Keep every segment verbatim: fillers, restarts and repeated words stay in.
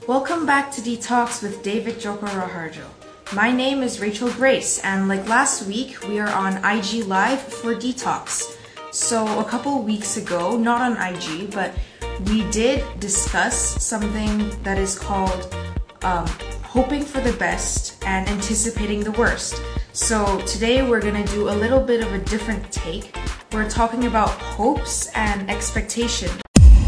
Welcome back to Detox with David Joko Raharjo. My name is Rachel Grace, and like last week, we are on I G Live for Detox. So a couple weeks ago, not on I G, but we did discuss something that is called um, hoping for the best and anticipating the worst. So today we're going to do a little bit of a different take. We're talking about hopes and expectations.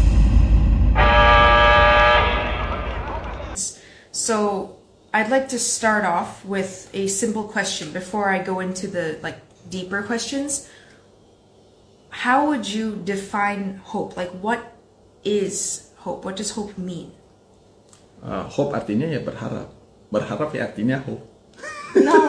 So I'd like to start off with a simple question before I go into the like deeper questions. How would you define hope? Like, what is hope? What does hope mean? Uh, hope artinya ya berharap. Berharap ya artinya hope. No.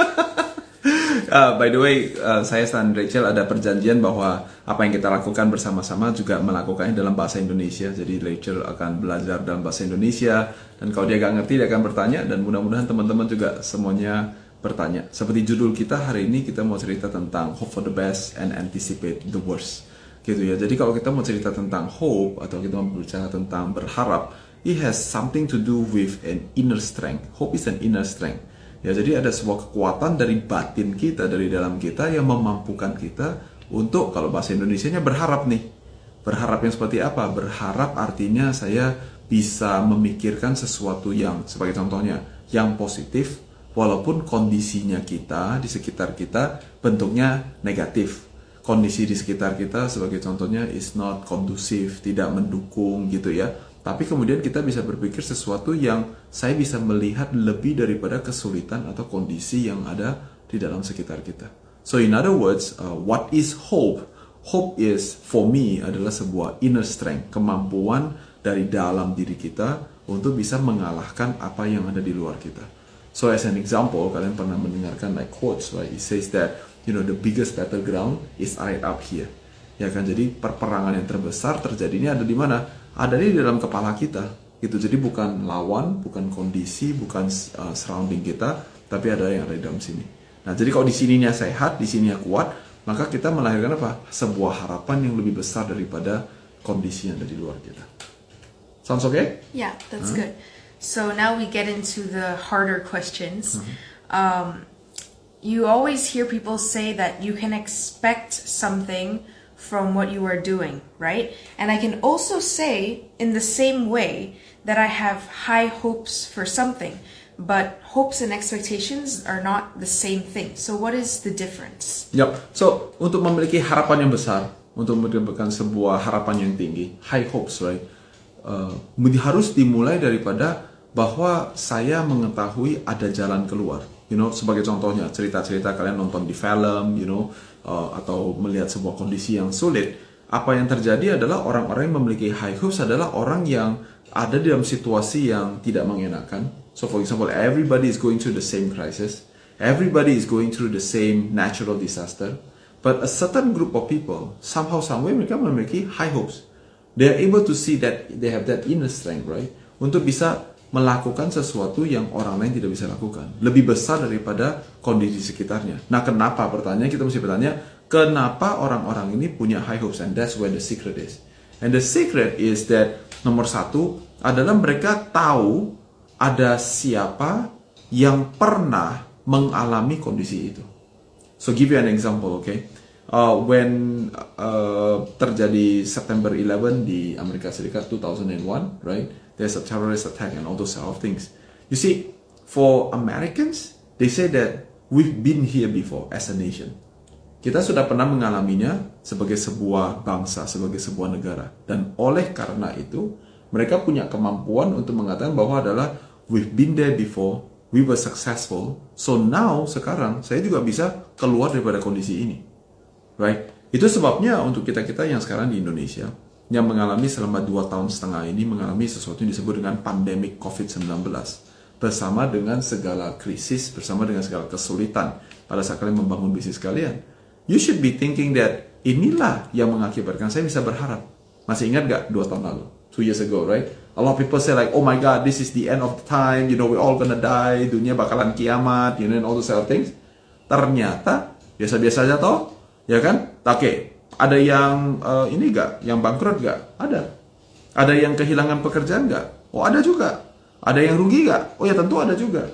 uh, by the way, uh, saya dan Rachel ada perjanjian bahwa apa yang kita lakukan bersama-sama juga melakukannya dalam bahasa Indonesia. Jadi Rachel akan belajar dalam bahasa Indonesia, dan kalau dia gak ngerti dia akan bertanya, dan mudah-mudahan teman-teman juga semuanya bertanya. Seperti judul kita hari ini, kita mau cerita tentang hope for the best and anticipate the worst, gitu ya. Jadi kalau kita mau cerita tentang hope atau kita mau berbicara tentang berharap, it has something to do with an inner strength. Hope is an inner strength. Ya, jadi ada sebuah kekuatan dari batin kita, dari dalam kita yang memampukan kita untuk, kalau bahasa Indonesianya, berharap nih. Berharap yang seperti apa? Berharap artinya saya bisa memikirkan sesuatu yang, sebagai contohnya, yang positif, walaupun kondisinya kita, di sekitar kita, bentuknya negatif. Kondisi di sekitar kita, sebagai contohnya, is not conducive, tidak mendukung gitu ya. Tapi kemudian kita bisa berpikir sesuatu yang saya bisa melihat lebih daripada kesulitan atau kondisi yang ada di dalam sekitar kita. So in other words, uh, what is hope? Hope is, for me, adalah sebuah inner strength, kemampuan dari dalam diri kita untuk bisa mengalahkan apa yang ada di luar kita. So as an example, kalian pernah mendengarkan like quotes, right? It says that, you know, the biggest battleground is right up here. Ya kan, jadi perperangan yang terbesar terjadinya ada di mana? Ada di dalam kepala kita. Gitu. Jadi bukan lawan, bukan kondisi, bukan uh, surrounding kita, tapi ada yang ada di dalam sini. Nah, jadi kalau di sininya sehat, di sininya kuat, maka kita melahirkan apa? Sebuah harapan yang lebih besar daripada kondisi yang ada di luar kita. Sounds okay? Yeah, that's huh? good. So now we get into the harder questions. Uh-huh. Um, you always hear people say that you can expect something from what you are doing, right? And I can also say in the same way that I have high hopes for something. But hopes and expectations are not the same thing. So what is the difference? Yep. So, untuk memiliki harapan yang besar, untuk mendapatkan sebuah harapan yang tinggi, high hopes, right? Uh, harus dimulai daripada bahwa saya mengetahui ada jalan keluar. You know, sebagai contohnya, cerita-cerita kalian nonton di film, you know, uh, atau melihat sebuah kondisi yang sulit. Apa yang terjadi adalah orang-orang yang memiliki high hopes adalah orang yang ada dalam situasi yang tidak mengenakan. So for example, everybody is going through the same crisis. Everybody is going through the same natural disaster. But a certain group of people, somehow, somewhere, mereka memiliki high hopes. They are able to see that they have that inner strength, right? Untuk bisa melakukan sesuatu yang orang lain tidak bisa lakukan. Lebih besar daripada kondisi sekitarnya. Nah, kenapa? Pertanyaan kita mesti bertanya, kenapa orang-orang ini punya high hopes? And that's where the secret is. And the secret is that, nomor satu, adalah mereka tahu ada siapa yang pernah mengalami kondisi itu. So give you an example, okay? Uh, when uh, terjadi September eleventh di Amerika Serikat two thousand one, right? There's a terrorist attack and all those sort of things. You see, for Americans, they say that we've been here before as a nation. Kita sudah pernah mengalaminya sebagai sebuah bangsa, sebagai sebuah negara. Dan oleh karena itu, mereka punya kemampuan untuk mengatakan bahwa adalah we've been there before, we were successful, so now, sekarang, saya juga bisa keluar daripada kondisi ini. Right? Itu sebabnya untuk kita-kita yang sekarang di Indonesia, yang mengalami selama dua tahun setengah ini, mengalami sesuatu yang disebut dengan pandemic covid sembilan belas. Bersama dengan segala krisis, bersama dengan segala kesulitan pada saat kalian membangun bisnis kalian. You should be thinking that inilah yang mengakibatkan saya bisa berharap. Masih ingat gak dua tahun lalu? Two years ago, right? A lot of people say like, oh my God, this is the end of the time, you know, we're all gonna die, dunia bakalan kiamat, you know, and all those sort of things. Ternyata, biasa-biasa aja toh, ya kan? Oke, okay. Ada yang uh, ini gak? Yang bangkrut gak? Ada. Ada yang kehilangan pekerjaan gak? Oh, ada juga. Ada yang rugi nggak? Oh ya tentu ada juga.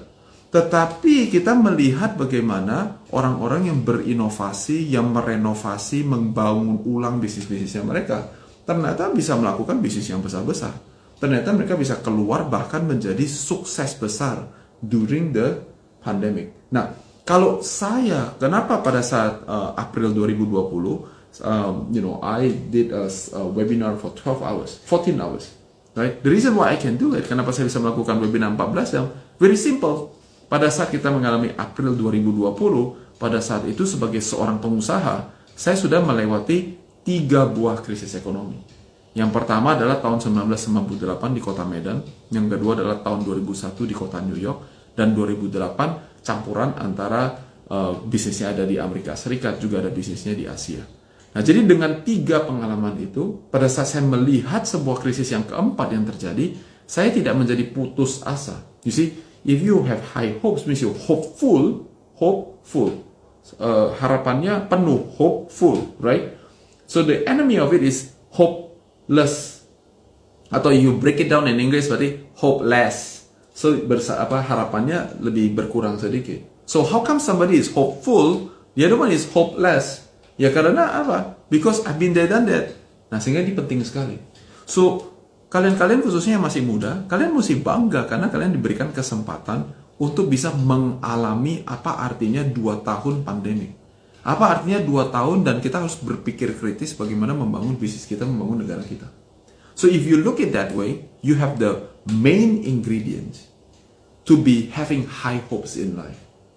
Tetapi kita melihat bagaimana orang-orang yang berinovasi, yang merenovasi, membangun ulang bisnis-bisnisnya mereka, ternyata bisa melakukan bisnis yang besar-besar. Ternyata mereka bisa keluar bahkan menjadi sukses besar during the pandemic. Nah, kalau saya, kenapa pada saat uh, April dua ribu dua puluh, um, you know, I did a, a webinar for twelve hours, fourteen hours, right? The reason why I can do it, kenapa saya bisa melakukan webinar empat belas jam, very simple. Pada saat kita mengalami April dua ribu dua puluh, pada saat itu sebagai seorang pengusaha, saya sudah melewati tiga buah krisis ekonomi. Yang pertama adalah tahun seribu sembilan ratus sembilan puluh delapan di kota Medan, yang kedua adalah tahun dua ribu satu di kota New York, dan dua ribu delapan campuran antara uh, bisnisnya ada di Amerika Serikat, juga ada bisnisnya di Asia. Nah, jadi dengan tiga pengalaman itu, pada saat saya melihat sebuah krisis yang keempat yang terjadi, saya tidak menjadi putus asa. You see, if you have high hopes, means you hopeful, hopeful. Uh, harapannya penuh, hopeful, right? So the enemy of it is hopeless. Atau you break it down in English berarti hopeless. So bersa apa harapannya lebih berkurang sedikit. So how come somebody is hopeful, the other one is hopeless? Ya karena apa? Because I've been there done that. Nah, sehingga ini penting sekali. So kalian-kalian khususnya yang masih muda, kalian mesti bangga karena kalian diberikan kesempatan untuk bisa mengalami apa artinya dua tahun pandemi. Apa artinya dua tahun dan kita harus berpikir kritis bagaimana membangun bisnis kita, membangun negara kita. So if you look at that way, you have the main ingredients to be having high hopes in life.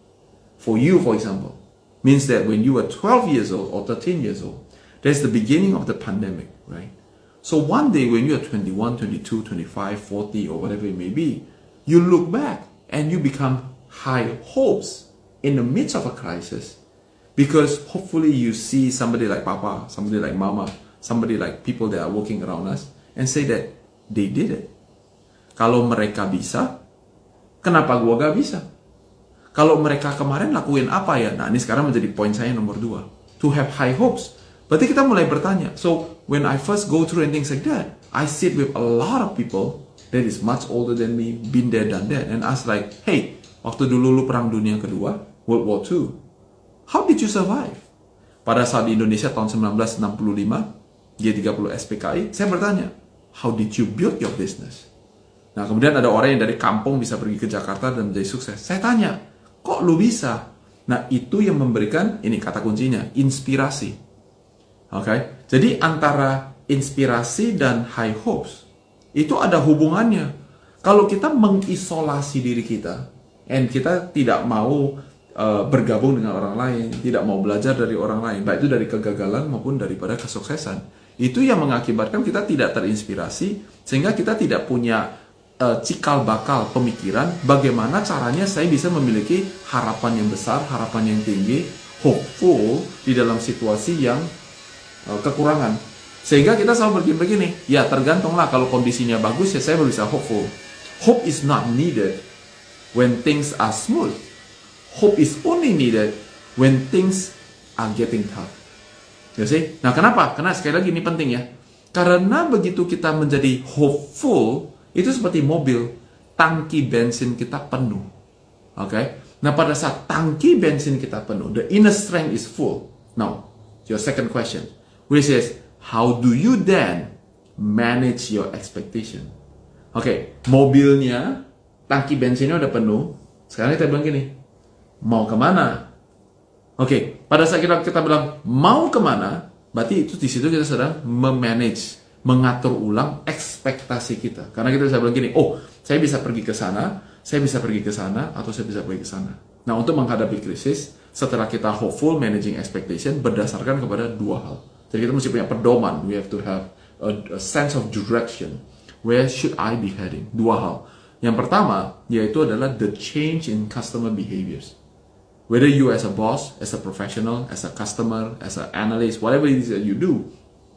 For you, for example, means that when you were twelve years old or thirteen years old, that's the beginning of the pandemic, right? So one day when you're twenty-one, twenty-two, twenty-five, forty, or whatever it may be, you look back and you become high hopes in the midst of a crisis, because hopefully you see somebody like Papa, somebody like Mama, somebody like people that are working around us, and say that they did it. Kalau mereka bisa, kenapa gua gak bisa? Kalau mereka kemarin lakuin apa ya? Nah, ini sekarang menjadi poin saya nomor dua. To have high hopes. Berarti kita mulai bertanya. So, when I first go through and things like that, I sit with a lot of people that is much older than me, been there, done that, and ask like, hey, waktu dulu lu perang dunia kedua, World War Two, how did you survive? Pada saat di Indonesia tahun seribu sembilan ratus enam puluh lima, G tiga puluh S P K I, saya bertanya, how did you build your business? Nah, kemudian ada orang yang dari kampung bisa pergi ke Jakarta dan menjadi sukses. Saya tanya, kok lu bisa? Nah, itu yang memberikan, ini kata kuncinya, inspirasi. Oke? Okay? Jadi, antara inspirasi dan high hopes, itu ada hubungannya. Kalau kita mengisolasi diri kita, and kita tidak mau uh, bergabung dengan orang lain, tidak mau belajar dari orang lain, baik itu dari kegagalan maupun daripada kesuksesan, itu yang mengakibatkan kita tidak terinspirasi, sehingga kita tidak punya uh, cikal bakal pemikiran bagaimana caranya saya bisa memiliki harapan yang besar, harapan yang tinggi, hopeful di dalam situasi yang uh, kekurangan. Sehingga kita selalu berpikir begini, ya tergantunglah, kalau kondisinya bagus ya saya baru bisa hopeful. Hope is not needed when things are smooth. Hope is only needed when things are getting tough. Ya sih? Nah, kenapa? Karena sekali lagi ini penting ya. Karena begitu kita menjadi hopeful, itu seperti mobil, tangki bensin kita penuh. Oke? Okay? Nah, pada saat tangki bensin kita penuh, the inner strength is full. Now, your second question, which is, how do you then manage your expectation? Oke, okay, mobilnya, tangki bensinnya udah penuh. Sekarang kita bilang gini, mau kemana? Oke, okay, pada saat kita, kita bilang mau kemana, berarti itu di situ kita sedang memanage, mengatur ulang ekspektasi kita. Karena kita bisa bilang gini, oh, saya bisa pergi ke sana, saya bisa pergi ke sana, atau saya bisa pergi ke sana. Nah, untuk menghadapi krisis, setelah kita hopeful managing expectation, berdasarkan kepada dua hal. Jadi kita mesti punya pedoman. We have to have a, a sense of direction. Where should I be heading? Dua hal. Yang pertama, yaitu adalah the change in customer behaviors. Whether you as a boss, as a professional, as a customer, as an analyst, whatever it is that you do,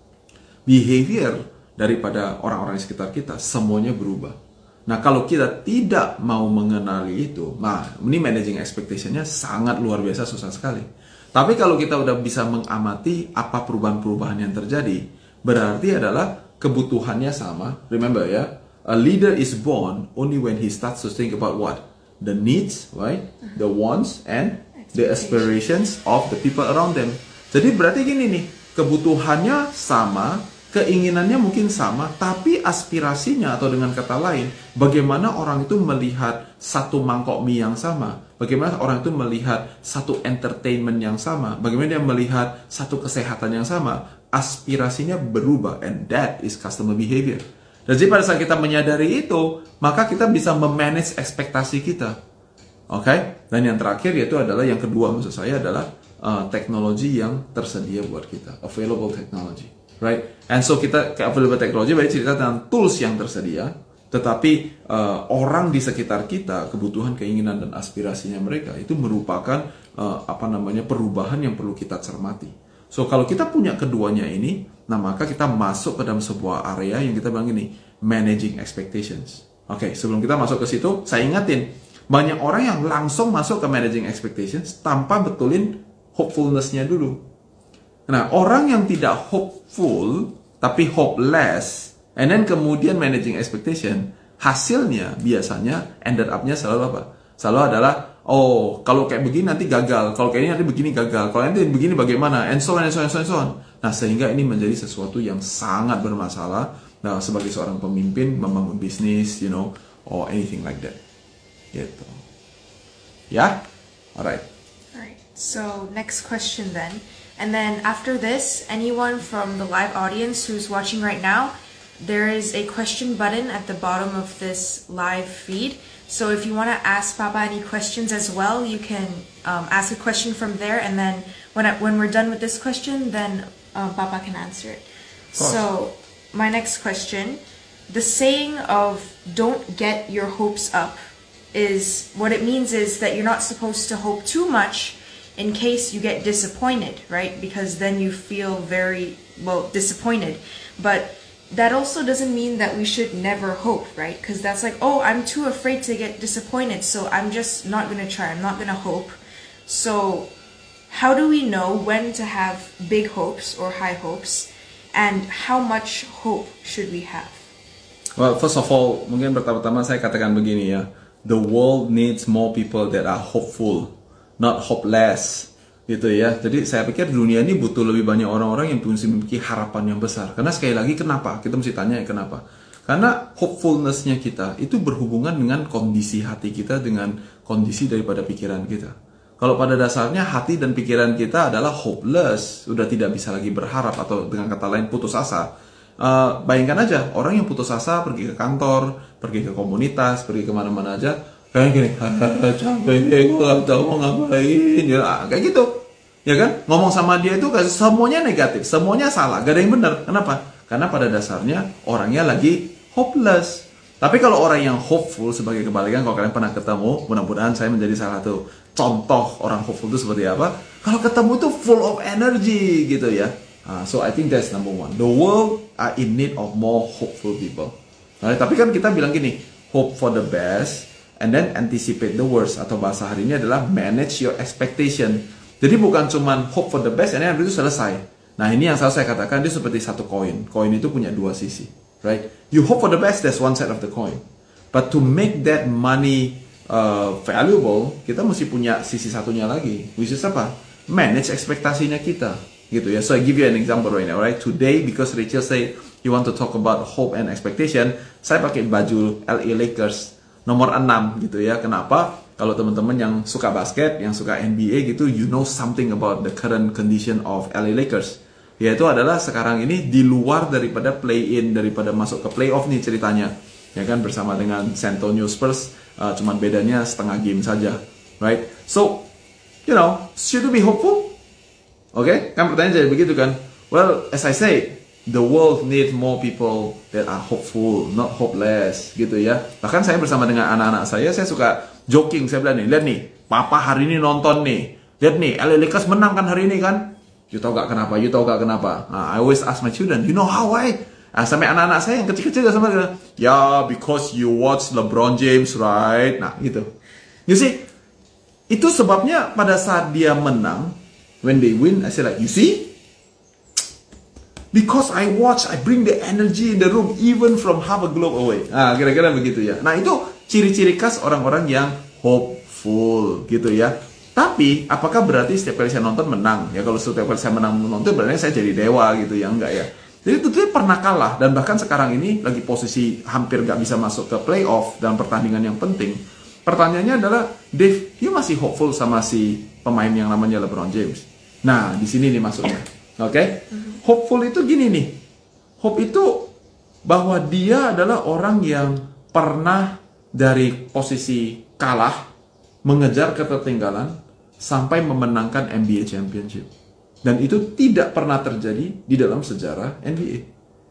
behavior daripada orang-orang di sekitar kita, semuanya berubah. Nah, kalau kita tidak mau mengenali itu, nah, ini managing expectation-nya sangat luar biasa, susah sekali. Tapi kalau kita udah bisa mengamati apa perubahan-perubahan yang terjadi, berarti adalah kebutuhannya sama. Remember ya, a leader is born only when he starts to think about what? The needs, right? The wants and the aspirations of the people around them. Jadi berarti gini nih, kebutuhannya sama, keinginannya mungkin sama, tapi aspirasinya atau dengan kata lain, bagaimana orang itu melihat satu mangkok mie yang sama, bagaimana orang itu melihat satu entertainment yang sama, bagaimana dia melihat satu kesehatan yang sama, aspirasinya berubah, and that is customer behavior. Jadi pada saat kita menyadari itu, maka kita bisa memanage ekspektasi kita. Oke? Okay? Dan yang terakhir yaitu adalah yang kedua maksud saya adalah uh, teknologi yang tersedia buat kita, available technology, right? And so kita ke available technology berarti cerita tentang tools yang tersedia, tetapi uh, orang di sekitar kita, kebutuhan, keinginan dan aspirasinya mereka itu merupakan uh, apa namanya perubahan yang perlu kita cermati. So, kalau kita punya keduanya ini, nah maka kita masuk ke dalam sebuah area yang kita bilang ini, managing expectations. Oke, okay, sebelum kita masuk ke situ, saya ingatin, banyak orang yang langsung masuk ke managing expectations tanpa betulin hopefulness-nya dulu. Nah, orang yang tidak hopeful, tapi hopeless, and then kemudian managing expectation, hasilnya biasanya ended up-nya selalu apa? Selalu adalah, oh, kalau kayak begini nanti gagal, kalau kayak ini nanti begini gagal, kalau nanti begini bagaimana, and so on, and so on, and so on, and so on. Nah, sehingga ini menjadi sesuatu yang sangat bermasalah, nah, sebagai seorang pemimpin, membangun bisnis, you know, or anything like that. Gitu. Ya? Alright. Alright, so next question then. And then after this, anyone from the live audience who's watching right now, there is a question button at the bottom of this live feed. So if you want to ask Papa any questions as well, you can um, ask a question from there, and then when I, when we're done with this question, then um, Papa can answer it. So my next question, the saying of "don't get your hopes up" is what it means is that you're not supposed to hope too much in case you get disappointed, right? Because then you feel very well disappointed, but that also doesn't mean that we should never hope, right? Because that's like, oh, I'm too afraid to get disappointed, so I'm just not going to try, I'm not going to hope. So how do we know when to have big hopes or high hopes, and how much hope should we have? Well, first of all, mungkin pertama-tama saya katakan begini ya, the world needs more people that are hopeful, not hopeless. Gitu ya. Jadi saya pikir dunia ini butuh lebih banyak orang-orang yang mesti memiliki harapan yang besar. Karena sekali lagi kenapa? Kita mesti tanya ya kenapa? Karena hopefulness-nya kita itu berhubungan dengan kondisi hati kita, dengan kondisi daripada pikiran kita. Kalau pada dasarnya hati dan pikiran kita adalah hopeless, sudah tidak bisa lagi berharap atau dengan kata lain putus asa. Uh, bayangkan aja orang yang putus asa pergi ke kantor, pergi ke komunitas, pergi kemana-mana aja, kayak gini, capek, gue gak tau mau ngapain, ya kayak gitu. Ya kan? Ngomong sama dia itu semuanya negatif, semuanya salah, gak ada yang benar. Kenapa? Karena pada dasarnya orangnya lagi hopeless. Tapi kalau orang yang hopeful, sebagai kebalikan, kalau kalian pernah ketemu, mudah-mudahan saya menjadi salah satu contoh orang hopeful itu seperti apa. Kalau ketemu itu full of energy gitu ya. Uh, so I think that's number one. The world are in need of more hopeful people. Nah, tapi kan kita bilang gini, hope for the best, and then anticipate the worst, atau bahasa hari ini adalah manage your expectation. Jadi bukan cuma hope for the best, and then itu selesai. Nah, ini yang selalu saya katakan, dia seperti satu koin. Koin itu punya dua sisi, right? You hope for the best, that's one side of the coin. But to make that money uh, valuable, kita mesti punya sisi satunya lagi. Which is apa? Manage ekspektasinya kita, gitu ya. So I give you an example right now, right? Today, because Rachel say you want to talk about hope and expectation, saya pakai baju L A Lakers nomor enam gitu ya. Kenapa? Kalau teman-teman yang suka basket, yang suka N B A gitu, you know something about the current condition of L A Lakers. Yaitu adalah sekarang ini di luar daripada play-in, daripada masuk ke playoff nih ceritanya. Ya kan, bersama dengan San Antonio Spurs, uh, cuman bedanya setengah game saja. Right? So, you know, should we be hopeful? Oke, okay? Kan pertanyaan jadi begitu kan? Well, as I say, the world needs more people that are hopeful, not hopeless, gitu ya. Bahkan saya bersama dengan anak-anak saya, saya suka joking, saya bilang nih, lihat nih, Papa hari ini nonton nih, lihat nih, L A Lakers menang kan hari ini kan? You tau gak kenapa? You tau gak kenapa? Nah, I always ask my children, you know how I? Nah, sampai anak-anak saya yang kecil-kecil sama dia, ya because you watch LeBron James, right? Nah, gitu. You see, itu sebabnya pada saat dia menang, when they win, I say like, you see? Because I watch, I bring the energy in the room even from half a globe away. Nah, kira-kira begitu ya. Nah, itu ciri-ciri khas orang-orang yang hopeful gitu ya. Tapi, apakah berarti setiap kali saya nonton menang? Ya, kalau setiap kali saya menang menonton, berarti saya jadi dewa gitu ya. Enggak ya. Jadi tentunya pernah kalah. Dan bahkan sekarang ini lagi posisi hampir nggak bisa masuk ke playoff dalam pertandingan yang penting. Pertanyaannya adalah, Dave, you masih hopeful sama si pemain yang namanya LeBron James? Nah, di sini nih maksudnya. Oke? Okay? Hopeful itu gini nih. Hope itu bahwa dia adalah orang yang pernah dari posisi kalah, mengejar ketertinggalan, sampai memenangkan N B A Championship. Dan itu tidak pernah terjadi di dalam sejarah N B A.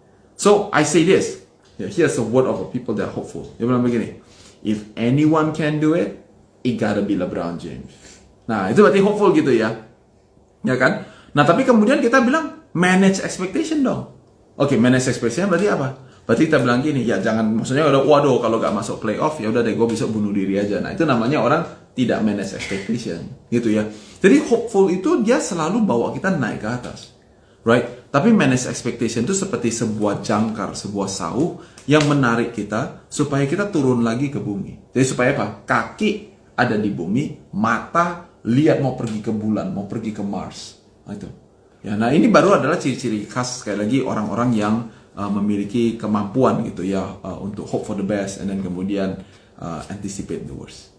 So, I say this. Yeah, here's a word of people that are hopeful. Dia bilang begini. If anyone can do it, it gotta be LeBron James. Nah, itu berarti hopeful gitu ya. Ya kan? Nah, tapi kemudian kita bilang, manage expectation dong. Oke, okay, manage expectation berarti apa? Berarti kita bilang gini, ya jangan, maksudnya udah, waduh, kalau gak masuk playoff, ya udah deh, gue bisa bunuh diri aja. Nah, itu namanya orang tidak manage expectation, gitu ya. Jadi hopeful itu dia selalu bawa kita naik ke atas, right? Tapi manage expectation itu seperti sebuah jangkar, sebuah sauh yang menarik kita supaya kita turun lagi ke bumi. Jadi supaya apa? Kaki ada di bumi, mata lihat mau pergi ke bulan, mau pergi ke Mars. Nah, itu. Ya, nah ini baru adalah ciri-ciri khas sekali lagi orang-orang yang uh, memiliki kemampuan gitu ya uh, untuk hope for the best and then kemudian uh, anticipate the worst.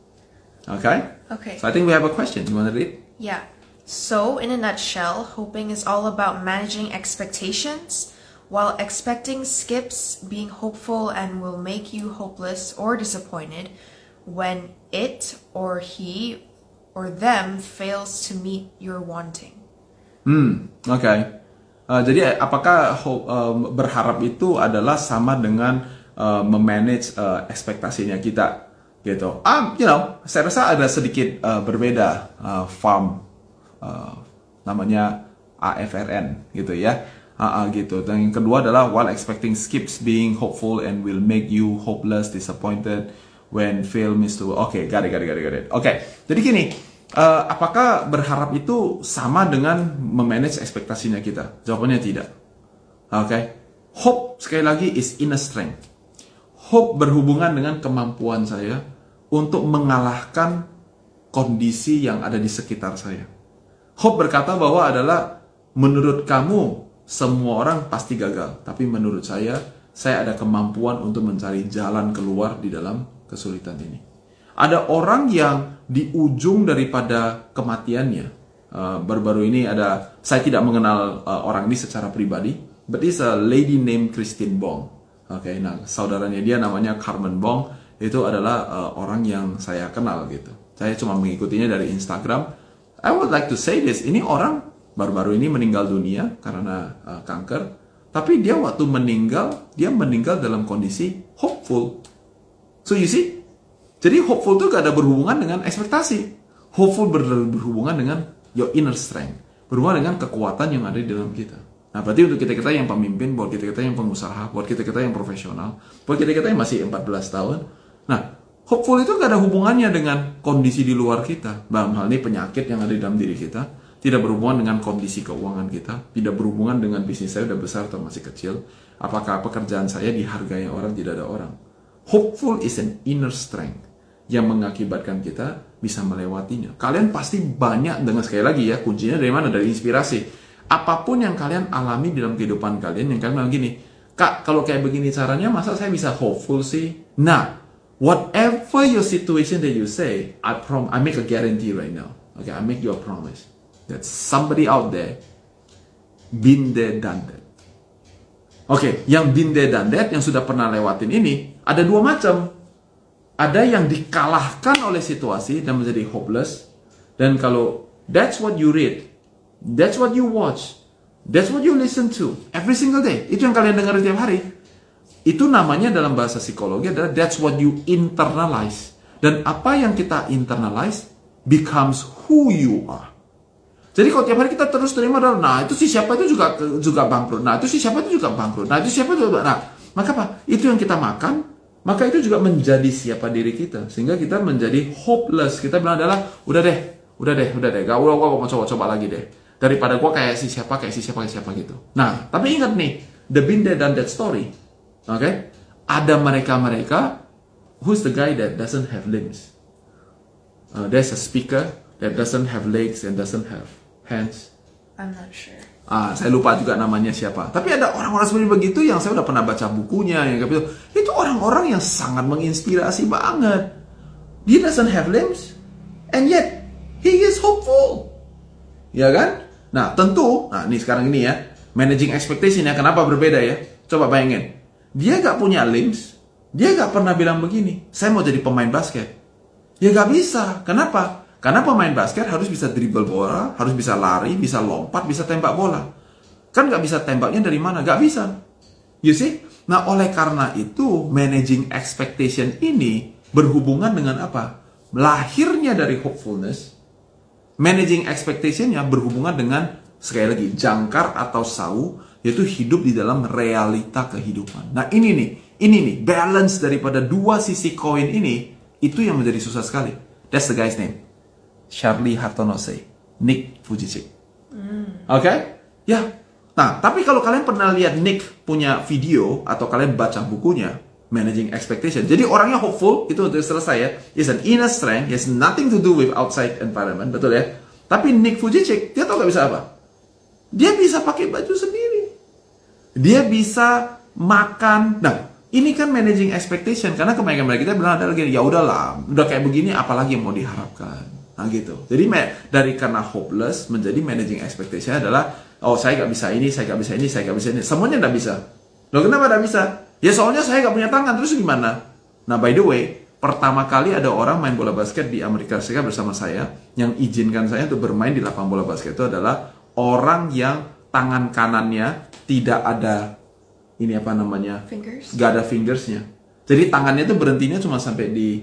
Okay? Okay. So I think we have a question. You want to read? Yeah. So, in a nutshell, hoping is all about managing expectations, while expecting skips being hopeful and will make you hopeless or disappointed when it or he or them fails to meet your wanting. Hmm, oke. Okay. Uh, jadi apakah hope, uh, berharap itu adalah sama dengan uh, memanage uh, ekspektasinya kita, gitu? Ah, you know, saya rasa ada sedikit uh, berbeda. Uh, farm, uh, namanya A F R N, gitu ya. Uh, uh, gitu. Dan yang kedua adalah while expecting skips being hopeful and will make you hopeless, disappointed when fail miss to. Oke, okay, got it, got it, got it, got it. Oke, okay. Jadi gini. Uh, apakah berharap itu sama dengan memanage ekspektasinya kita? Jawabannya tidak. Oke, okay? Hope sekali lagi is inner strength. Hope berhubungan dengan kemampuan saya untuk mengalahkan kondisi yang ada di sekitar saya. Hope berkata bahwa adalah menurut kamu semua orang pasti gagal, tapi menurut saya saya ada kemampuan untuk mencari jalan keluar di dalam kesulitan ini. Ada orang yang di ujung daripada kematiannya. Uh, baru-baru ini ada, saya tidak mengenal uh, orang ini secara pribadi, but it's a lady named Christine Bong. Oke, okay, nah saudaranya dia namanya Carmen Bong. Itu adalah uh, orang yang saya kenal gitu. Saya cuma mengikutinya dari Instagram. I would like to say this, ini orang baru-baru ini meninggal dunia karena uh, kanker. Tapi dia waktu meninggal, dia meninggal dalam kondisi hopeful. So you see? Jadi hopeful itu gak ada berhubungan dengan ekspektasi. Hopeful ber- berhubungan dengan your inner strength. Berhubungan dengan kekuatan yang ada di dalam kita. Nah berarti untuk kita-kita yang pemimpin, buat kita-kita yang pengusaha, buat kita-kita yang profesional, buat kita-kita yang masih empat belas tahun. Nah, hopeful itu gak ada hubungannya dengan kondisi di luar kita. Dalam hal ini penyakit yang ada di dalam diri kita. Tidak berhubungan dengan kondisi keuangan kita. Tidak berhubungan dengan bisnis saya udah besar atau masih kecil. Apakah pekerjaan saya dihargai orang, tidak ada orang. Hopeful is an inner strength yang mengakibatkan kita bisa melewatinya. Kalian pasti banyak, dengan sekali lagi ya, kuncinya dari mana? Dari inspirasi. Apapun yang kalian alami dalam kehidupan kalian, yang kalian bilang gini, Kak, kalau kayak begini caranya, masa saya bisa hopeful sih? Nah, whatever your situation that you say, I prom, I make a guarantee right now. Okay, I make you a promise that somebody out there been there, done that. Oke, okay, yang been there, done that, yang sudah pernah lewatin ini, ada dua macam. Ada yang dikalahkan oleh situasi dan menjadi hopeless. Dan kalau that's what you read, that's what you watch, that's what you listen to every single day, itu yang kalian dengar setiap hari, itu namanya dalam bahasa psikologi adalah that's what you internalize. Dan apa yang kita internalize becomes who you are. Jadi kalau tiap hari kita terus terima adalah, nah itu si siapa itu juga juga bangkrut, nah itu si siapa itu juga bangkrut, nah itu siapa itu juga, nah maka apa? Itu yang kita makan. Maka itu juga menjadi siapa diri kita. Sehingga kita menjadi hopeless. Kita bilang adalah, udah deh, udah deh, udah deh. Gak, udah, gue mau coba-coba lagi deh. daripada gue kayak si siapa, kayak si siapa, kayak siapa gitu. Nah, tapi ingat nih, the been there done that story. Oke? Okay? Ada mereka-mereka, who's the guy that doesn't have limbs? Uh, there's a speaker that doesn't have legs and doesn't have hands. I'm not sure. Ah, saya lupa juga namanya siapa. Tapi ada orang-orang seperti begitu yang saya udah pernah baca bukunya yang kayak gitu. Itu orang-orang yang sangat menginspirasi banget. He doesn't have limbs and yet he is hopeful. Ya kan? Nah, tentu, nah ini sekarang ini ya, managing expectation ya, kenapa berbeda ya? Coba bayangin. Dia gak punya limbs, dia gak pernah bilang begini, saya mau jadi pemain basket. Ya gak bisa. Kenapa? Karena pemain basket harus bisa dribble bola, harus bisa lari, bisa lompat, bisa tembak bola. Kan gak bisa tembaknya dari mana? Gak bisa. You see? Nah, oleh karena itu, managing expectation ini berhubungan dengan apa? Lahirnya dari hopefulness, managing expectation-nya berhubungan dengan, sekali lagi, jangkar atau sau, yaitu hidup di dalam realita kehidupan. Nah, ini nih, ini nih, balance daripada dua sisi koin ini, itu yang menjadi susah sekali. That's the guy's name. Charlie Hartonose, Nick Vujicic. Mm. Oke? Okay? Ya. Nah, tapi kalau kalian pernah lihat Nick punya video atau kalian baca bukunya, Managing Expectation. Jadi orangnya hopeful, itu udah selesai ya. It's an inner strength, it has nothing to do with outside environment, betul ya? Tapi Nick Vujicic, dia tahu gak bisa apa? Dia bisa pakai baju sendiri. Dia bisa makan. Nah, ini kan managing expectation, karena kebanyakan kita bilang ada lagi, ya udahlah, udah kayak begini, apalagi yang mau diharapkan. Nah gitu. Jadi dari karena hopeless menjadi managing expectation adalah, oh saya gak bisa ini, saya gak bisa ini, saya gak bisa ini. Semuanya gak bisa. Loh kenapa gak bisa? Ya soalnya saya gak punya tangan, terus gimana? Nah by the way, pertama kali ada orang main bola basket di Amerika Serikat bersama saya, yang izinkan saya untuk bermain di lapangan bola basket itu adalah orang yang tangan kanannya tidak ada, ini apa namanya? Fingers? Gak ada fingersnya. Jadi tangannya itu berhentinya cuma sampai di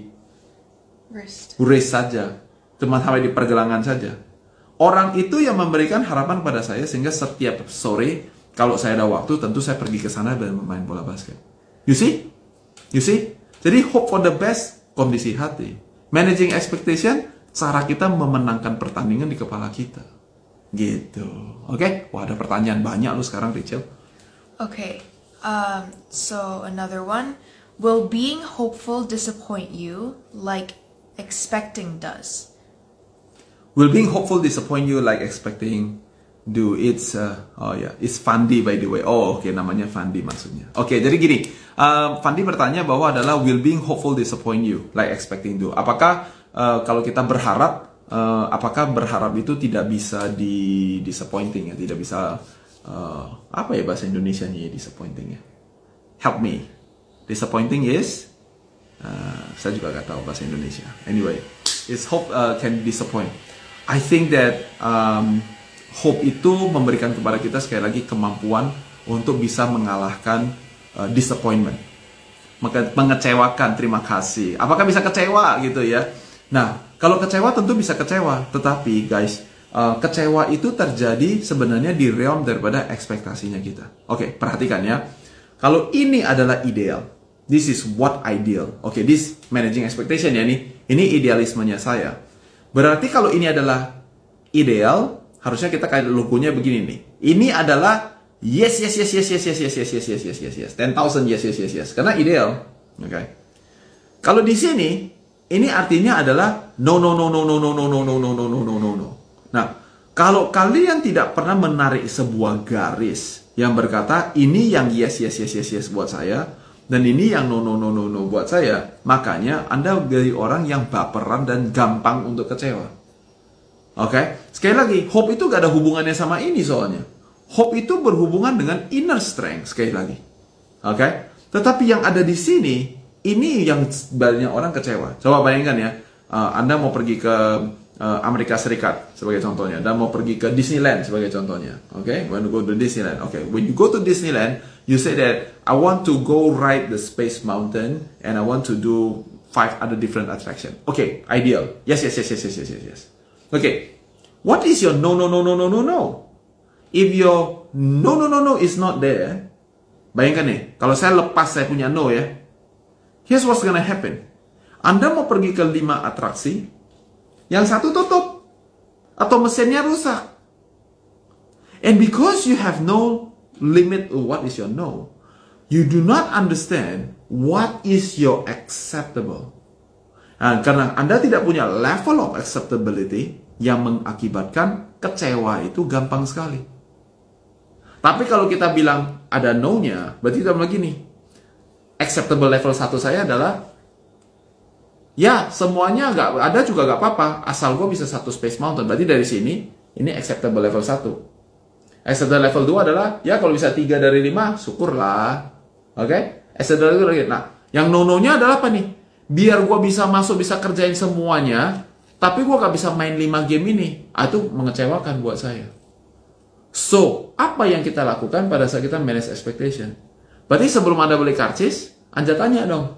wrist, wrist saja. Cuma sampai di pergelangan saja. Orang itu yang memberikan harapan pada saya sehingga setiap sore kalau saya ada waktu tentu saya pergi ke sana dan bermain bola basket. You see? You see? Jadi hope for the best, kondisi hati. Managing expectation, cara kita memenangkan pertandingan di kepala kita. Gitu. Oke? Okay? Wah, ada pertanyaan banyak lu sekarang, Rachel. Okay. Um, so another one. Will being hopeful disappoint you like expecting does? Will being hopeful disappoint you like expecting do? It's uh, oh ya, yeah. It's Fandi by the way. Oh oke, okay. Namanya Fandi maksudnya. Oke, okay, jadi gini, uh, Fandi bertanya bahwa adalah will being hopeful disappoint you like expecting do? Apakah uh, kalau kita berharap, uh, apakah berharap itu tidak bisa di disappointing ya? Tidak bisa uh, apa ya bahasa Indonesia nih disappointing ya? Help me. Disappointing is uh, saya juga gak tahu bahasa Indonesia. Anyway, it's hope uh, can disappoint. I think that um, hope itu memberikan kepada kita sekali lagi kemampuan untuk bisa mengalahkan uh, disappointment, mengecewakan. Terima kasih. Apakah bisa kecewa gitu ya? Nah, kalau kecewa tentu bisa kecewa, tetapi guys, uh, kecewa itu terjadi sebenarnya di realm daripada ekspektasinya kita. Oke, okay, perhatikan ya. Kalau ini adalah ideal, this is what ideal. Oke, okay, this managing expectation ya nih. Ini idealismenya saya. Berarti kalau ini adalah ideal, harusnya kita kayak logonya begini nih. Ini adalah yes, yes, yes, yes, yes, yes, yes, yes, yes, yes, yes, yes, yes, ten thousand yes, yes, yes, yes. Karena ideal. Oke. Okay. Kalau di sini, ini artinya adalah no, no, no, no, no, no, no, no, no, no, no, no, no, no, no. Nah, kalau kalian tidak pernah menarik sebuah garis yang berkata ini yang yes, yes, yes, yes, yes buat saya, dan ini yang no, no, no, no, no buat saya, makanya Anda dari orang yang baperan dan gampang untuk kecewa. Oke? Okay? Sekali lagi, hope itu gak ada hubungannya sama ini soalnya. Hope itu berhubungan dengan inner strength, sekali lagi. Oke? Okay? Tetapi yang ada di sini, ini yang banyak orang kecewa. Coba bayangkan ya, uh, Anda mau pergi ke uh, Amerika Serikat sebagai contohnya, dan mau pergi ke Disneyland sebagai contohnya. Oke? Okay? When you go to Disneyland. Oke, okay. When you go to Disneyland, you say that I want to go ride the Space Mountain and I want to do five other different attractions. Okay, ideal. Yes, yes, yes, yes, yes, yes, yes, yes. Okay, what is your no, no, no, no, no, no, no? If your no, no, no, no is not there, bayangkan nih, kalau saya lepas saya punya no ya, here's what's gonna happen. Anda mau pergi ke lima atraksi, yang satu tutup, atau mesinnya rusak. And because you have no limit of what is your no, you do not understand what is your acceptable. Nah, karena Anda tidak punya level of acceptability yang mengakibatkan kecewa itu gampang sekali. Tapi kalau kita bilang ada no-nya, berarti kita bilang gini, acceptable level satu saya adalah, ya semuanya gak, ada juga gak apa-apa, asal gue bisa satu Space Mountain. Berarti dari sini, ini acceptable level satu. Acceptable level dua adalah, ya kalau bisa tiga dari lima, syukurlah. Oke? Okay? Acceptable level dua. Nah, yang no-no-nya adalah apa nih? Biar gue bisa masuk, bisa kerjain semuanya, tapi gue gak bisa main lima game ini. Ah, itu mengecewakan buat saya. So, apa yang kita lakukan pada saat kita manage expectation? Berarti sebelum Anda beli karcis, Anda tanya dong,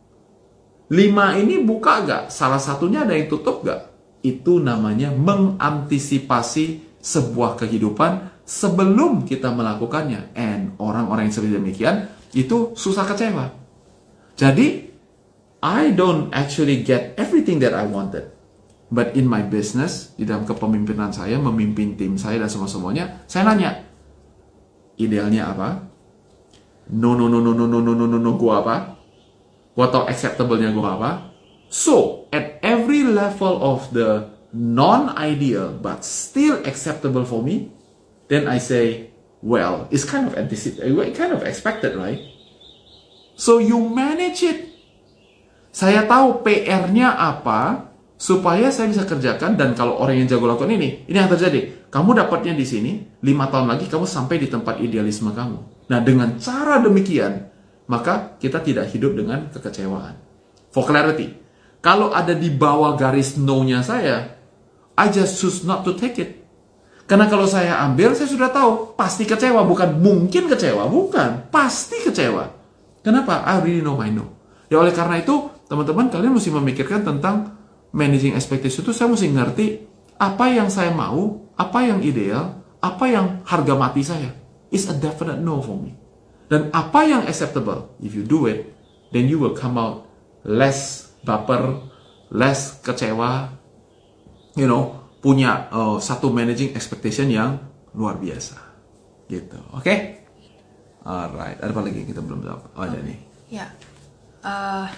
lima ini buka gak? Salah satunya ada yang tutup gak? Itu namanya mengantisipasi sebuah kehidupan sebelum kita melakukannya. And orang-orang yang seperti demikian, itu susah kecewa. Jadi, I don't actually get everything that I wanted. But in my business, di dalam kepemimpinan saya, memimpin tim saya dan semua-semuanya, saya nanya, idealnya apa? No, no, no, no, no, no, no, no, no, no, gua apa? Gua tau acceptable-nya gua apa? So, at every level of the non-ideal but still acceptable for me, then I say, well, it's kind of anticipated, kind of expected, right? So, you manage it. Saya tahu P R-nya apa, supaya saya bisa kerjakan, dan kalau orang yang jago lakukan ini, ini yang terjadi. Kamu dapatnya di sini, lima tahun lagi kamu sampai di tempat idealisme kamu. Nah, dengan cara demikian, maka kita tidak hidup dengan kekecewaan. For clarity, kalau ada di bawah garis no-nya saya, I just choose not to take it. Karena kalau saya ambil, saya sudah tahu, pasti kecewa, bukan mungkin kecewa, bukan, pasti kecewa. Kenapa? I really know my no. Ya oleh karena itu, teman-teman, kalian mesti memikirkan tentang managing expectation itu. Saya mesti ngerti apa yang saya mau, apa yang ideal, apa yang harga mati saya. It's a definite no for me. Dan apa yang acceptable, if you do it, then you will come out less baper, less kecewa, you know, punya uh, satu managing expectation yang luar biasa. Gitu, oke? Okay? Alright, ada apa lagi yang kita belum tahu? Oh, ada nih. Yeah. Uh...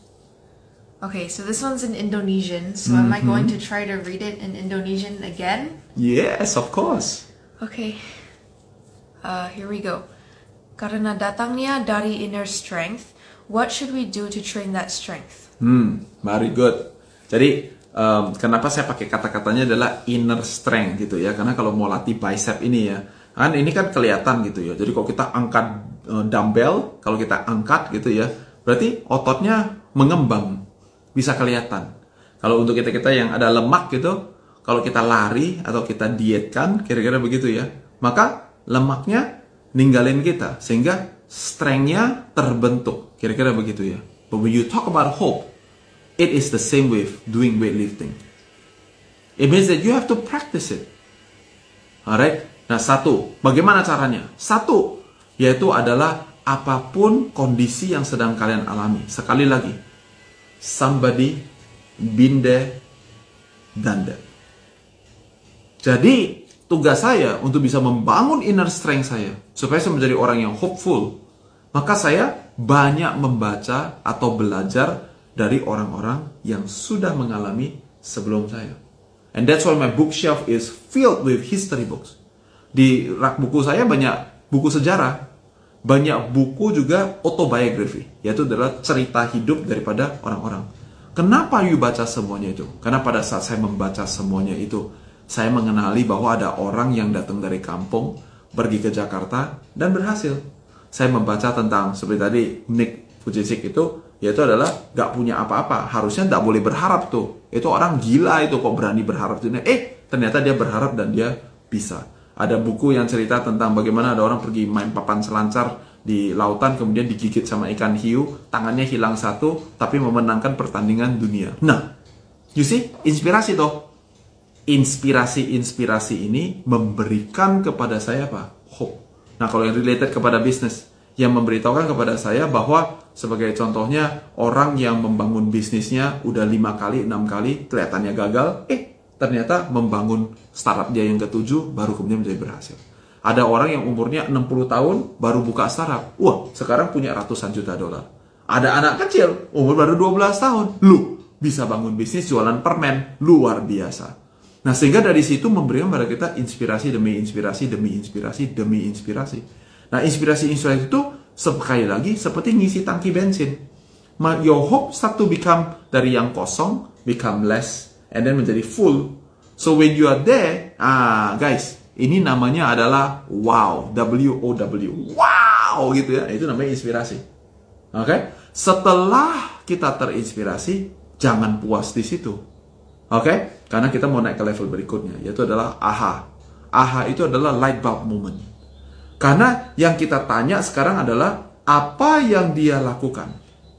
Okay, so this one's in Indonesian, so mm-hmm. am I going to try to read it in Indonesian again? Yes, of course. Okay, uh, here we go. Karena datangnya dari inner strength, what should we do to train that strength? Hmm, very good. Jadi, um, kenapa saya pakai kata-katanya adalah inner strength gitu ya? Karena kalau mau latih bicep ini ya, kan ini kan kelihatan gitu ya. Jadi kalau kita angkat uh, dumbbell, kalau kita angkat gitu ya, berarti ototnya mengembang. Bisa kelihatan. Kalau untuk kita-kita yang ada lemak gitu, kalau kita lari atau kita dietkan, kira-kira begitu ya, maka lemaknya ninggalin kita, sehingga strength-nya terbentuk, kira-kira begitu ya. But when you talk about hope, it is the same with doing weightlifting. It means that you have to practice it. Alright? Nah, satu, bagaimana caranya? Satu, yaitu adalah apapun kondisi yang sedang kalian alami. Sekali lagi, somebody been there, done that. Jadi, tugas saya untuk bisa membangun inner strength saya, supaya saya menjadi orang yang hopeful, maka saya banyak membaca atau belajar dari orang-orang yang sudah mengalami sebelum saya. And that's why my bookshelf is filled with history books. Di rak buku saya banyak buku sejarah, banyak buku juga autobiography, yaitu adalah cerita hidup daripada orang-orang. Kenapa you baca semuanya itu? Karena pada saat saya membaca semuanya itu, saya mengenali bahwa ada orang yang datang dari kampung, pergi ke Jakarta, dan berhasil. Saya membaca tentang, seperti tadi, Nick Vujicic itu, yaitu adalah gak punya apa-apa. Harusnya gak boleh berharap tuh. Itu orang gila itu kok berani berharap. Eh, ternyata dia berharap dan dia bisa. Ada buku yang cerita tentang bagaimana ada orang pergi main papan selancar di lautan, kemudian digigit sama ikan hiu, tangannya hilang satu, tapi memenangkan pertandingan dunia. Nah, you see, inspirasi toh. Inspirasi-inspirasi ini memberikan kepada saya apa? Hope. Nah, kalau yang related kepada bisnis, yang memberitahukan kepada saya bahwa sebagai contohnya, orang yang membangun bisnisnya udah lima kali, enam kali, kelihatannya gagal, eh, ternyata membangun startup dia yang ketujuh baru kemudian menjadi berhasil. Ada orang yang umurnya enam puluh tahun baru buka startup. Wah, sekarang punya ratusan juta dolar. Ada anak kecil, umur baru dua belas tahun. Lu bisa bangun bisnis jualan permen. Luar biasa. Nah, sehingga dari situ memberikan pada kita inspirasi demi inspirasi, demi inspirasi, demi inspirasi. Nah, inspirasi-inspirasi itu sekali lagi seperti ngisi tangki bensin. Your hope start to become dari yang kosong, become less, and then menjadi full. So when you are there, ah guys, ini namanya adalah wow, W O W, wow gitu ya. Itu namanya inspirasi. Oke? Okay? Setelah kita terinspirasi, jangan puas di situ. Oke? Okay? Karena kita mau naik ke level berikutnya, yaitu adalah aha. Aha itu adalah light bulb moment. Karena yang kita tanya sekarang adalah apa yang dia lakukan,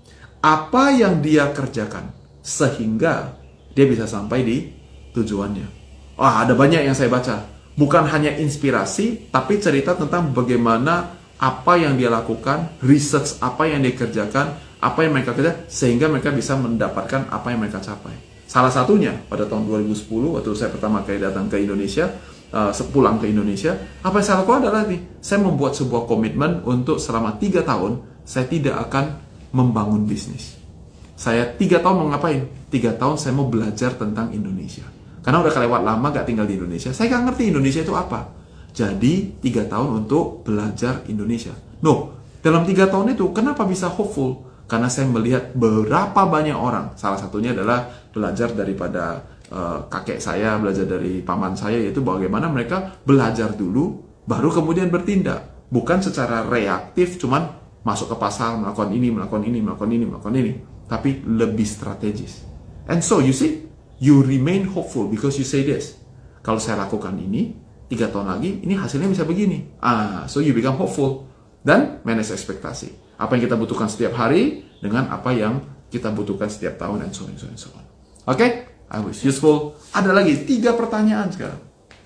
apa yang dia kerjakan, sehingga dia bisa sampai di tujuannya. Wah, ada banyak yang saya baca. Bukan hanya inspirasi, tapi cerita tentang bagaimana apa yang dia lakukan, research apa yang dia kerjakan, apa yang mereka kerja, sehingga mereka bisa mendapatkan apa yang mereka capai. Salah satunya pada tahun dua ribu sepuluh waktu saya pertama kali datang ke Indonesia, uh, sepulang ke Indonesia, apa yang saya lakukan adalah nih, saya membuat sebuah komitmen untuk selama tiga tahun saya tidak akan membangun bisnis. Saya tiga tahun mau ngapain? Tiga tahun saya mau belajar tentang Indonesia. Karena udah kelewat lama gak tinggal di Indonesia, saya gak ngerti Indonesia itu apa. Jadi tiga tahun untuk belajar Indonesia. No, dalam tiga tahun itu kenapa bisa hopeful? Karena saya melihat berapa banyak orang, salah satunya adalah belajar daripada uh, kakek saya, belajar dari paman saya, yaitu bagaimana mereka belajar dulu, baru kemudian bertindak. Bukan secara reaktif, cuman masuk ke pasar, melakukan ini, melakukan ini, melakukan ini, melakukan ini. Tapi lebih strategis. And so, you see, you remain hopeful because you say this. Kalau saya lakukan ini, tiga tahun lagi, ini hasilnya bisa begini. Ah, so you become hopeful. Dan manage ekspektasi. Apa yang kita butuhkan setiap hari dengan apa yang kita butuhkan setiap tahun, and so on, and so on, and so on. Oke? Okay? I was useful. Ada lagi tiga pertanyaan sekarang.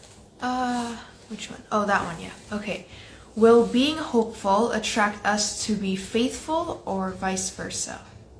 Uh, which one? Oh, that one, yeah. Okay. Will being hopeful attract us to be faithful or vice versa?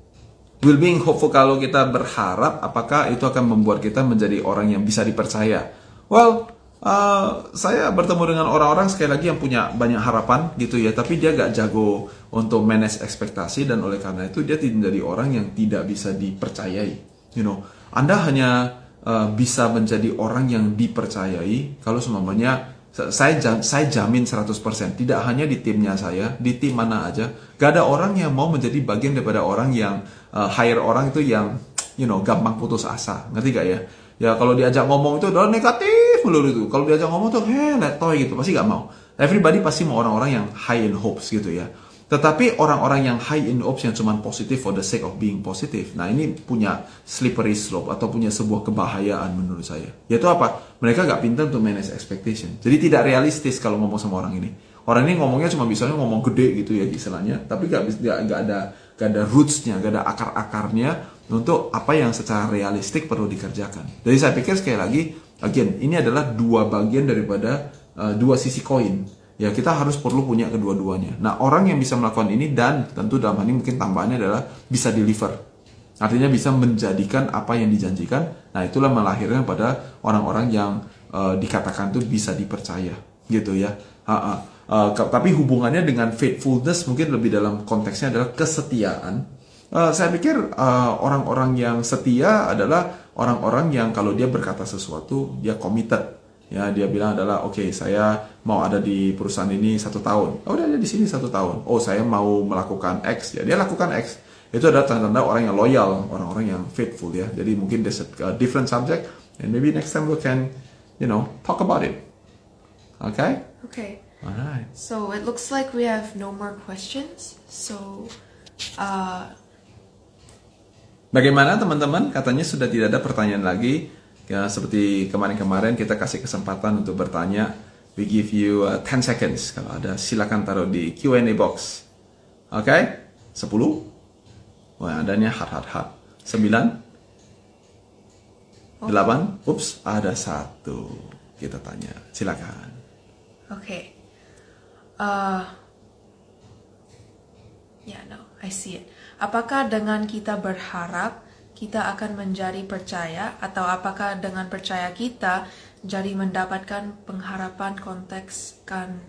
Will being hopeful, kalau kita berharap, apakah itu akan membuat kita menjadi orang yang bisa dipercaya? Well, Uh, saya bertemu dengan orang-orang sekali lagi yang punya banyak harapan gitu ya, tapi dia gak jago untuk manage ekspektasi, dan oleh karena itu dia tidak menjadi orang yang tidak bisa dipercayai. You know, Anda hanya uh, bisa menjadi orang yang dipercayai kalau semuanya saya saya jamin seratus persen, tidak hanya di timnya saya, di tim mana aja, gak ada orang yang mau menjadi bagian daripada orang yang uh, hire orang itu yang you know gampang putus asa, ngerti gak ya? Ya kalau diajak ngomong itu adalah negatif melulu itu. Kalau diajak ngomong tuh heh letoy gitu, pasti gak mau. Everybody pasti mau orang-orang yang high in hopes gitu ya. Tetapi orang-orang yang high in hopes yang cuman positif for the sake of being positive, nah ini punya slippery slope atau punya sebuah kebahayaan menurut saya. Yaitu apa? Mereka gak pintar untuk manage expectation. Jadi tidak realistis kalau ngomong sama orang ini. Orang ini ngomongnya cuma bisanya ngomong gede gitu ya istilahnya, tapi gak, gak, gak ada gak ada roots-nya, gak ada akar-akarnya untuk apa yang secara realistik perlu dikerjakan. Jadi saya pikir sekali lagi, again, ini adalah dua bagian daripada uh, dua sisi koin. Ya, kita harus perlu punya kedua-duanya. Nah, orang yang bisa melakukan ini, dan tentu dalam hal ini mungkin tambahannya adalah bisa deliver. Artinya bisa menjadikan apa yang dijanjikan. Nah, itulah melahirkan pada orang-orang yang uh, dikatakan itu bisa dipercaya, gitu ya. Ha-ha. Uh, tapi hubungannya dengan faithfulness mungkin lebih dalam konteksnya adalah kesetiaan. Uh, saya pikir uh, orang-orang yang setia adalah orang-orang yang kalau dia berkata sesuatu, dia committed. Ya, dia bilang adalah, oke, okay, saya mau ada di perusahaan ini satu tahun. Oh, dia ada di sini satu tahun. Oh, saya mau melakukan X. Ya, dia lakukan X. Itu adalah tanda-tanda orang yang loyal, orang-orang yang faithful ya. Jadi mungkin there's a different subject, and maybe next time we can, you know, talk about it. Okay? Okay. Alright. So it looks like we have no more questions. So, uh, bagaimana teman-teman? Katanya sudah tidak ada pertanyaan lagi. Ya, seperti kemarin-kemarin kita kasih kesempatan untuk bertanya. We give you uh, ten seconds. Kalau ada silakan taruh di Q and A box. Oke? Okay? sepuluh. Wah, adanya heart heart heart. sembilan. delapan. Ups, ada satu. Kita tanya. Silakan. Oke. Okay. Uh, yeah, no, I see it. Apakah dengan kita berharap kita akan menjadi percaya, atau apakah dengan percaya kita Jadi mendapatkan pengharapan konteks kan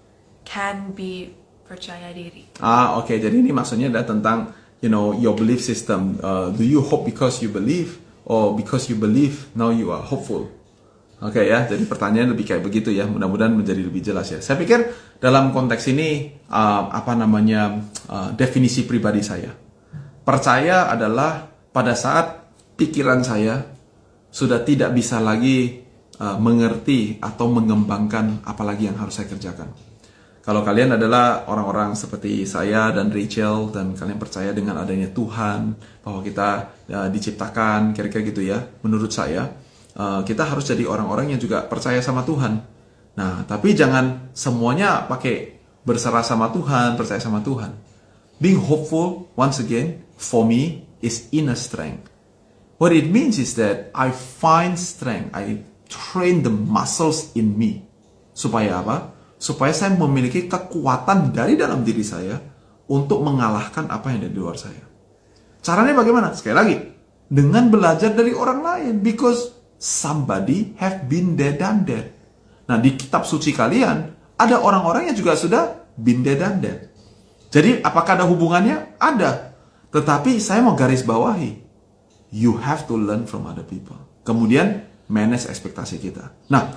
can be percaya diri. Ah, oke. Okay. Jadi ini maksudnya adalah tentang you know your belief system. Uh, do you hope because you believe, or because you believe now you are hopeful? Oke okay, ya. Jadi pertanyaan lebih kayak begitu ya. Mudah-mudahan menjadi lebih jelas ya. Saya pikir dalam konteks ini uh, apa namanya uh, definisi pribadi saya. Percaya adalah pada saat pikiran saya sudah tidak bisa lagi uh, mengerti atau mengembangkan apalagi yang harus saya kerjakan. Kalau kalian adalah orang-orang seperti saya dan Rachel dan kalian percaya dengan adanya Tuhan, bahwa kita uh, diciptakan, kira-kira gitu ya, menurut saya uh, kita harus jadi orang-orang yang juga percaya sama Tuhan. Nah, tapi jangan semuanya pakai berserah sama Tuhan, percaya sama Tuhan. Being hopeful, once again, for me, is inner strength. What it means is that I find strength, I train the muscles in me. Supaya apa? Supaya saya memiliki kekuatan dari dalam diri saya untuk mengalahkan apa yang ada di luar saya. Caranya bagaimana? Sekali lagi, dengan belajar dari orang lain. Because somebody have been there, done that. Nah, di kitab suci kalian, ada orang-orang yang juga sudah been there, done that. Jadi, apakah ada hubungannya? Ada. Tetapi saya mau garis bawahi. You have to learn from other people. Kemudian, manage ekspektasi kita. Nah,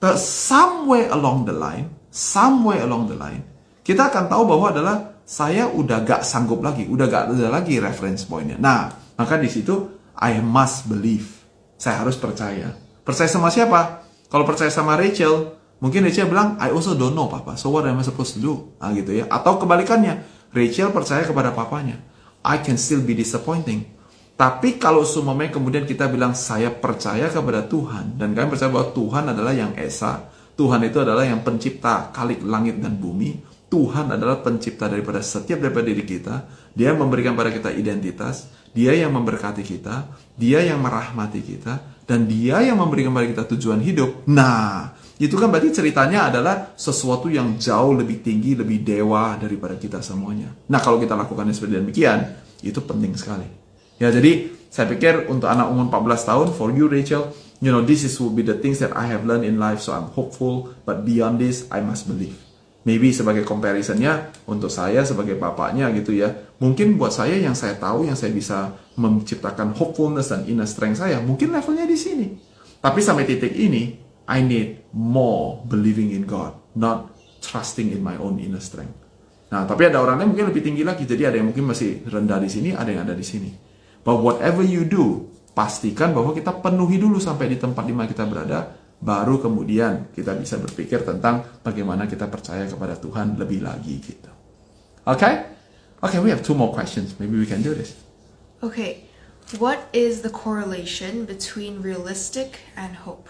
somewhere along the line, somewhere along the line, kita akan tahu bahwa adalah saya udah gak sanggup lagi, udah gak ada lagi reference point-nya. Nah, maka di situ I must believe. Saya harus percaya. Percaya sama siapa? Kalau percaya sama Rachel, mungkin Rachel bilang, I also don't know papa, so what am I supposed to do? Nah, gitu ya. Atau kebalikannya, Rachel percaya kepada papanya. I can still be disappointing. Tapi kalau semuanya kemudian kita bilang saya percaya kepada Tuhan, dan kalian percaya bahwa Tuhan adalah yang esa, Tuhan itu adalah yang pencipta kalik langit dan bumi, Tuhan adalah pencipta daripada setiap daripada diri kita, Dia memberikan pada kita identitas, Dia yang memberkati kita, Dia yang merahmati kita, dan Dia yang memberikan pada kita tujuan hidup. Nah, itu kan berarti ceritanya adalah sesuatu yang jauh lebih tinggi, lebih dewa daripada kita semuanya. Nah, kalau kita lakukannya seperti demikian, itu penting sekali. Ya, jadi saya pikir untuk anak umur empat belas tahun, for you Rachel, you know, this is will be the things that I have learned in life, so I'm hopeful, but beyond this, I must believe. Maybe sebagai comparisonnya, untuk saya sebagai bapaknya gitu ya, mungkin buat saya yang saya tahu, yang saya bisa menciptakan hopefulness dan inner strength saya, mungkin levelnya di sini. Tapi sampai titik ini, I need more believing in God, not trusting in my own inner strength. Nah, tapi ada orang lain mungkin lebih tinggi lagi, jadi ada yang mungkin masih rendah di sini, ada yang ada di sini. But whatever you do, pastikan bahwa kita penuhi dulu sampai di tempat di mana kita berada, baru kemudian kita bisa berpikir tentang bagaimana kita percaya kepada Tuhan lebih lagi gitu. Okay? Okay, we have two more questions. Maybe we can do this. Okay. What is the correlation between realistic and hope?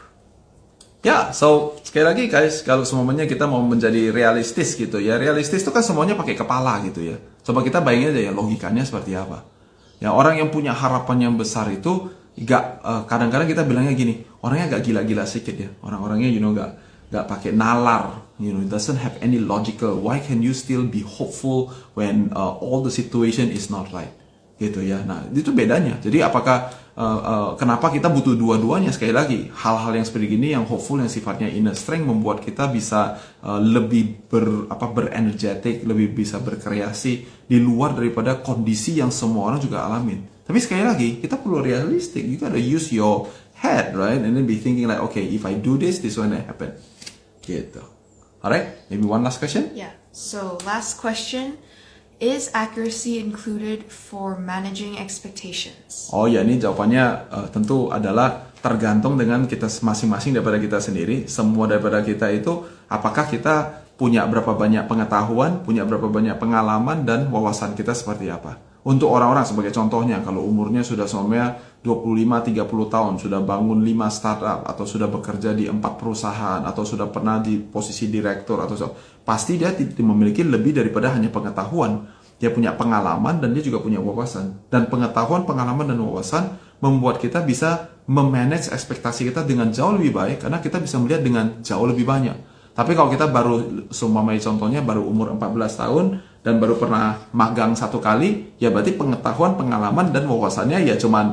Ya, so sekali lagi guys, kalau semuanya kita mau menjadi realistis gitu ya, realistis itu kan semuanya pakai kepala gitu ya. Coba kita bayangin aja ya logikanya seperti apa. Ya, orang yang punya harapan yang besar itu gak, uh, kadang-kadang kita bilangnya gini, orangnya gak gila-gila sedikit ya, orang-orangnya you know gak gak pakai nalar, you know, it doesn't have any logical. Why can you still be hopeful when uh, all the situation is not right? Gitu ya. Nah, itu bedanya. Jadi apakah uh, uh, kenapa kita butuh dua-duanya? Sekali lagi, hal-hal yang seperti ini yang hopeful, yang sifatnya inner strength membuat kita bisa uh, lebih ber apa berenergetik, lebih bisa berkreasi di luar daripada kondisi yang semua orang juga alamin. Tapi sekali lagi, kita perlu realistik. You gotta use your head, right? And then be thinking like, okay, if I do this, this will happen. Gitu. Alright, maybe one last question? Yeah. So, last question. Is accuracy included for managing expectations? Oh ya, ini jawabannya uh, tentu adalah tergantung dengan kita masing-masing daripada kita sendiri. Semua daripada kita itu, apakah kita punya berapa banyak pengetahuan, punya berapa banyak pengalaman, dan wawasan kita seperti apa. Untuk orang-orang sebagai contohnya, kalau umurnya sudah semuanya dua puluh lima tiga puluh tahun, sudah bangun lima startup, atau sudah bekerja di empat perusahaan, atau sudah pernah di posisi direktur, atau so, pasti dia memiliki lebih daripada hanya pengetahuan. Dia punya pengalaman dan dia juga punya wawasan. Dan pengetahuan, pengalaman, dan wawasan membuat kita bisa memanage ekspektasi kita dengan jauh lebih baik, karena kita bisa melihat dengan jauh lebih banyak. Tapi kalau kita baru, seumpamanya contohnya baru umur empat belas tahun dan baru pernah magang satu kali, ya berarti pengetahuan, pengalaman, dan wawasannya ya cuman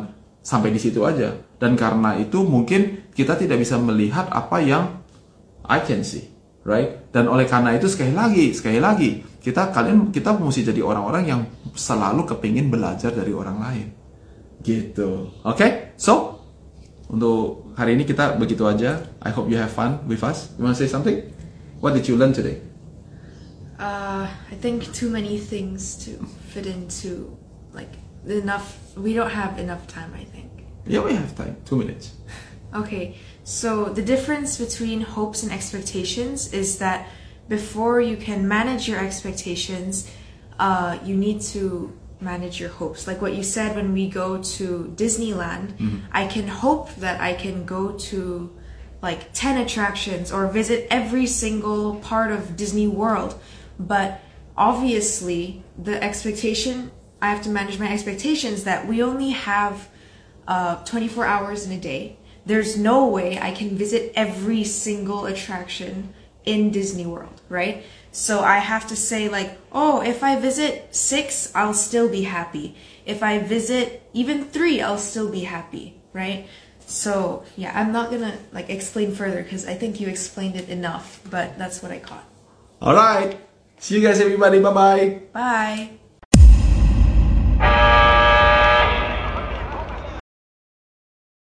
sampai di situ aja. Dan karena itu mungkin kita tidak bisa melihat apa yang I can see, right? Dan oleh karena itu sekali lagi, sekali lagi kita kalian kita mesti jadi orang-orang yang selalu kepingin belajar dari orang lain, gitu. Oke, okay? So untuk hari ini kita begitu aja. I hope you have fun with us. You want to say something? What did you learn today? Uh, I think too many things to fit into, like enough. We don't have enough time, I think. Yeah, we have time. Two minutes. Okay, so the difference between hopes and expectations is that before you can manage your expectations, uh, you need to manage your hopes. Like what you said, when we go to Disneyland, mm-hmm. I can hope that I can go to like ten attractions or visit every single part of Disney World. But obviously, the expectation, I have to manage my expectations that we only have uh, twenty-four hours in a day. There's no way I can visit every single attraction in Disney World, right? So I have to say like, oh, if I visit six, I'll still be happy. If I visit even three, I'll still be happy, right? So yeah, I'm not gonna like explain further because I think you explained it enough, but that's what I caught. All right. See you guys, everybody. Bye-bye. Bye.